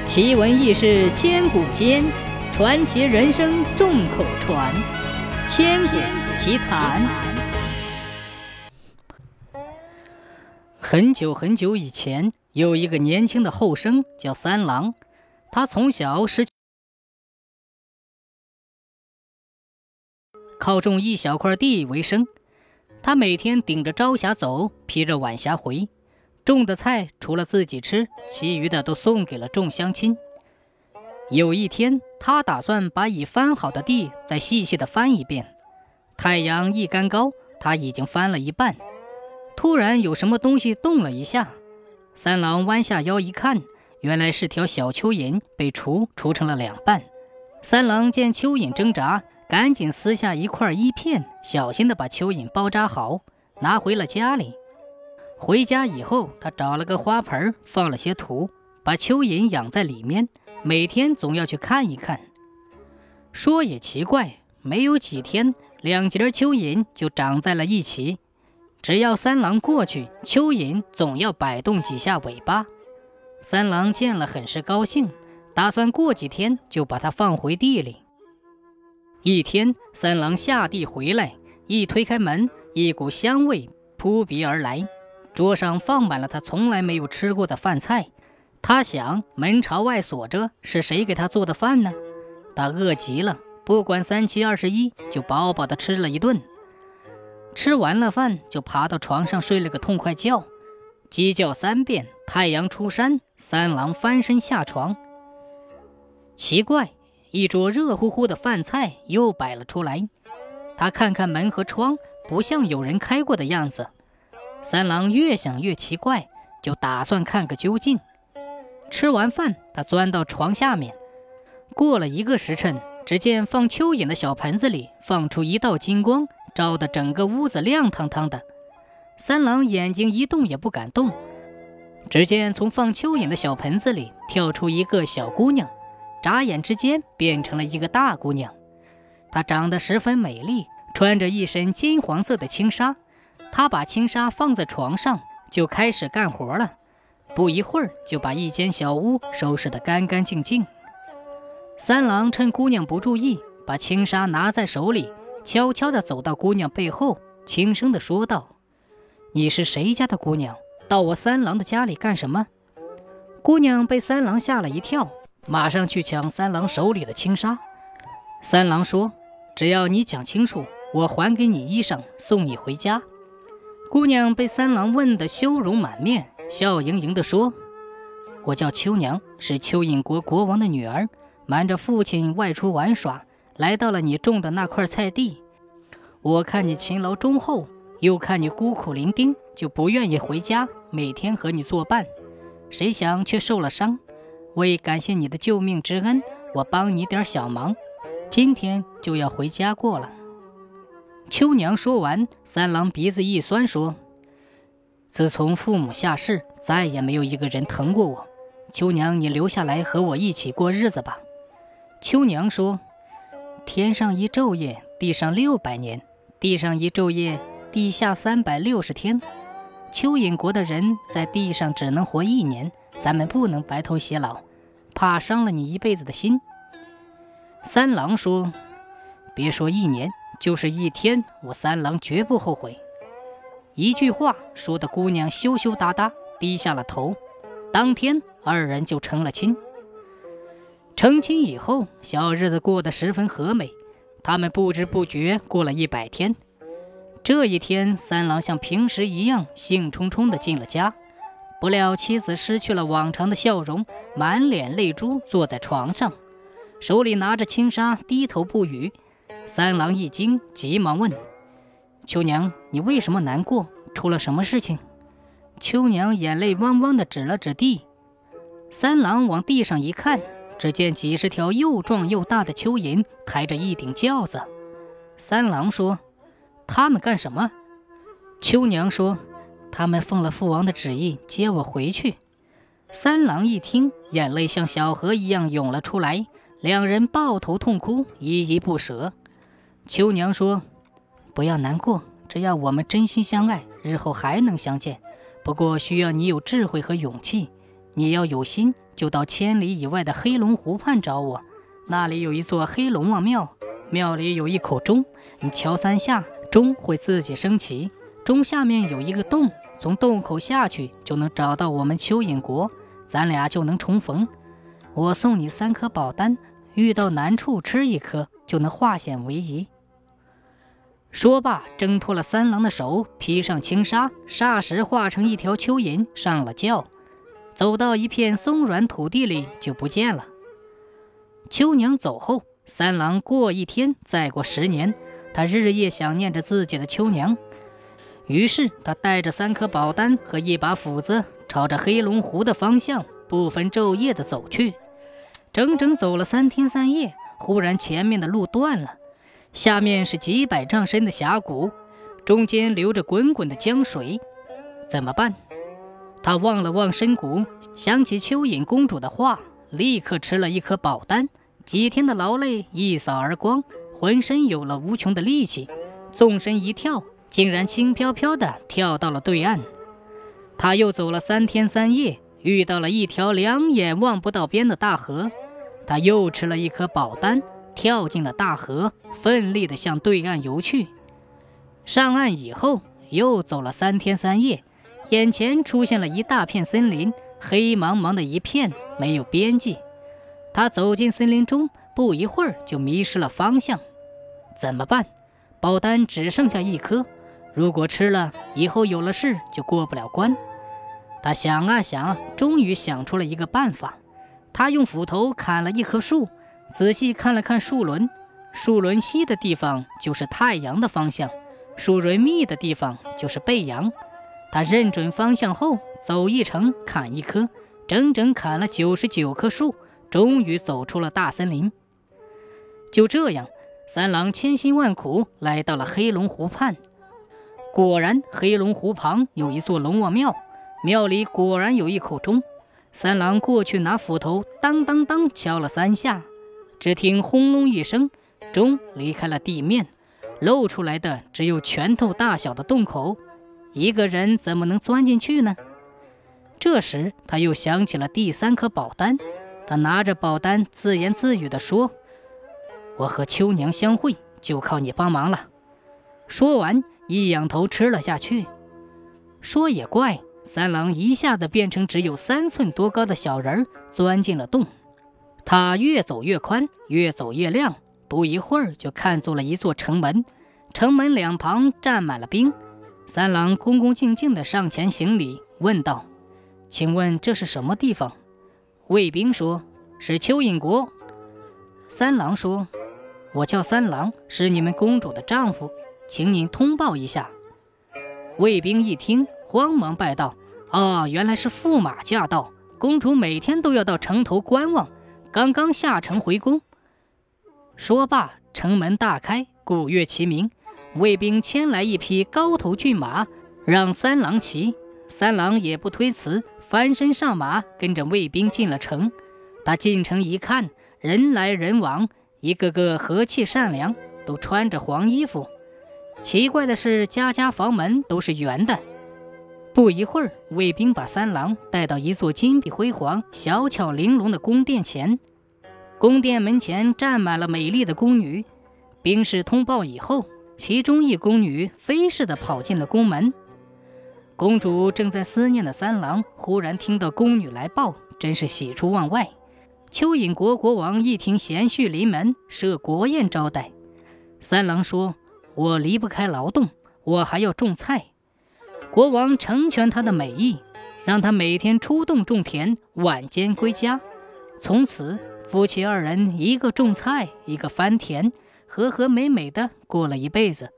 奇闻异事千古间，传奇人生众口传。千古奇谈。很久很久以前，有一个年轻的后生叫三郎，他从小是靠种一小块地为生。他每天顶着朝霞走，披着晚霞回，种的菜除了自己吃，其余的都送给了众乡亲。有一天，他打算把已翻好的地再细细的翻一遍。太阳一竿高，他已经翻了一半。突然有什么东西动了一下，三郎弯下腰一看，原来是条小蚯蚓被除成了两半。三郎见蚯蚓挣扎，赶紧撕下一块衣片，小心地把蚯蚓包扎好，拿回了家里。回家以后，他找了个花盆，放了些土，把蚯蚓养在里面，每天总要去看一看。说也奇怪，没有几天，两节蚯蚓就长在了一起。只要三郎过去，蚯蚓总要摆动几下尾巴。三郎见了很是高兴，打算过几天就把它放回地里。一天，三郎下地回来，一推开门，一股香味扑鼻而来，桌上放满了他从来没有吃过的饭菜。他想，门朝外锁着，是谁给他做的饭呢？他饿极了，不管3七21，就饱饱地吃了一顿。吃完了饭，就爬到床上睡了个痛快觉。鸡叫3遍，太阳出山，三郎翻身下床。奇怪，一桌热乎乎的饭菜又摆了出来。他看看门和窗，不像有人开过的样子。三郎越想越奇怪，就打算看个究竟。吃完饭，他钻到床下面。过了1个时辰，只见放蚯蚓的小盆子里放出一道金光，照得整个屋子亮堂堂的。三郎眼睛一动也不敢动。只见从放蚯蚓的小盆子里跳出一个小姑娘，眨眼之间变成了一个大姑娘。她长得十分美丽，穿着一身金黄色的轻纱。她把轻纱放在床上，就开始干活了。不一会儿，就把一间小屋收拾得干干净净。三郎趁姑娘不注意，把轻纱拿在手里，悄悄地走到姑娘背后，轻声地说道：“你是谁家的姑娘？到我三郎的家里干什么？”姑娘被三郎吓了一跳，马上去抢三郎手里的轻纱。三郎说：“只要你讲清楚，我还给你衣裳，送你回家。”姑娘被三郎问得羞容满面，笑盈盈地说：“我叫秋娘，是蚯蚓国国王的女儿，瞒着父亲外出玩耍，来到了你种的那块菜地。我看你勤劳忠厚，又看你孤苦伶仃，就不愿意回家，每天和你作伴。谁想却受了伤。为感谢你的救命之恩，我帮你点小忙，今天就要回家过了。”秋娘说完，三郎鼻子一酸，说：“自从父母下世，再也没有一个人疼过我。秋娘，你留下来和我一起过日子吧。”秋娘说：“天上一昼夜，地上600年；地上一昼夜，地下360天。蚯蚓国的人在地上只能活1年，咱们不能白头偕老，怕伤了你一辈子的心。”三郎说：“别说1年，就是1天，我三郎绝不后悔。”一句话说的姑娘羞羞答答，低下了头。当天2人就成了亲。成亲以后，小日子过得十分和美。他们不知不觉过了100天。这一天，三郎像平时一样兴冲冲地进了家，不料妻子失去了往常的笑容，满脸泪珠坐在床上，手里拿着轻纱，低头不语。三郎一惊，急忙问：“秋娘，你为什么难过？出了什么事情？”秋娘眼泪汪汪地指了指地。三郎往地上一看，只见几十条又壮又大的蚯蚓抬着一顶轿子。三郎说：“他们干什么？”秋娘说：“他们奉了父王的旨意接我回去。”三郎一听，眼泪像小河一样涌了出来，两人抱头痛哭，依依不舍。秋娘说：“不要难过，只要我们真心相爱，日后还能相见。不过需要你有智慧和勇气，你要有心， 就到千里以外的黑龙湖畔找我，那里有一座黑龙王庙，庙里有一口钟，你敲3下，钟会自己升起，钟下面有一个洞，从洞口下去就能找到我们蚯蚓国，咱俩就能重逢。我送你3颗宝丹，遇到难处吃1颗，就能化险为夷。说罢，挣脱了三郎的手，披上轻纱，霎时化成一条蚯蚓上了轿，走到一片松软土地里就不见了。秋娘走后，三郎过1天，再过10年，他日夜想念着自己的秋娘。于是他带着3颗宝丹和1把斧子，朝着黑龙湖的方向不分昼夜地走去。整整走了3天3夜，忽然前面的路断了，下面是几百丈深的峡谷，中间流着滚滚的江水。怎么办？他望了望深谷，想起蚯蚓公主的话，立刻吃了1颗宝丹。几天的劳累一扫而光，浑身有了无穷的力气，纵身一跳，竟然轻飘飘地跳到了对岸。他又走了3天3夜，遇到了一条2眼望不到边的大河。他又吃了1颗宝丹，跳进了大河，奋力地向对岸游去。上岸以后，又走了3天3夜，眼前出现了一大片森林，黑茫茫的一片，没有边际。他走进森林中，不一会儿就迷失了方向。怎么办？宝丹只剩下1颗，如果吃了，以后有了事就过不了关。他想啊想，终于想出了一个办法。他用斧头砍了1棵树，仔细看了看树轮，树轮西的地方就是太阳的方向，树轮密的地方就是背阳。他认准方向后，走1程砍1棵，整整砍了99棵树，终于走出了大森林。就这样，三郎千辛万苦来到了黑龙湖畔。果然，黑龙湖旁有一座龙王庙，庙里果然有一口钟。三郎过去拿斧头当当当敲了3下，只听轰隆一声，钟离开了地面，露出来的只有拳头大小的洞口，一个人怎么能钻进去呢？这时他又想起了第3颗宝丹，他拿着宝丹自言自语地说：我和秋娘相会，就靠你帮忙了。说完，一仰头吃了下去。说也怪，三郎一下子变成只有3寸多高的小人，钻进了洞。他越走越宽，越走越亮，不一会儿就看作了一座城门，城门两旁站满了兵。三郎恭恭敬敬地上前行礼，问道：请问这是什么地方？卫兵说：是蚯蚓国。三郎说：我叫三郎，是你们公主的丈夫，请您通报一下。卫兵一听，慌忙拜道：原来是驸马驾到，公主每天都要到城头观望，刚刚下城回宫。说罢，城门大开，鼓乐齐鸣，卫兵牵来一匹高头骏马，让三郎骑。三郎也不推辞，翻身上马，跟着卫兵进了城。他进城一看，人来人往，一个个和气善良，都穿着黄衣服。奇怪的是，家家房门都是圆的。不一会儿，卫兵把三郎带到一座金碧辉煌、小巧玲珑的宫殿前。宫殿门前站满了美丽的宫女。兵士通报以后，其中一宫女飞似的跑进了宫门。公主正在思念的三郎，忽然听到宫女来报，真是喜出望外。蚯蚓国国王一听贤婿临门，设国宴招待。三郎说：我离不开劳动，我还要种菜。国王成全他的美意，让他每天出动种田，晚间归家。从此夫妻2人，一个种菜，一个翻田，和和美美的过了一辈子。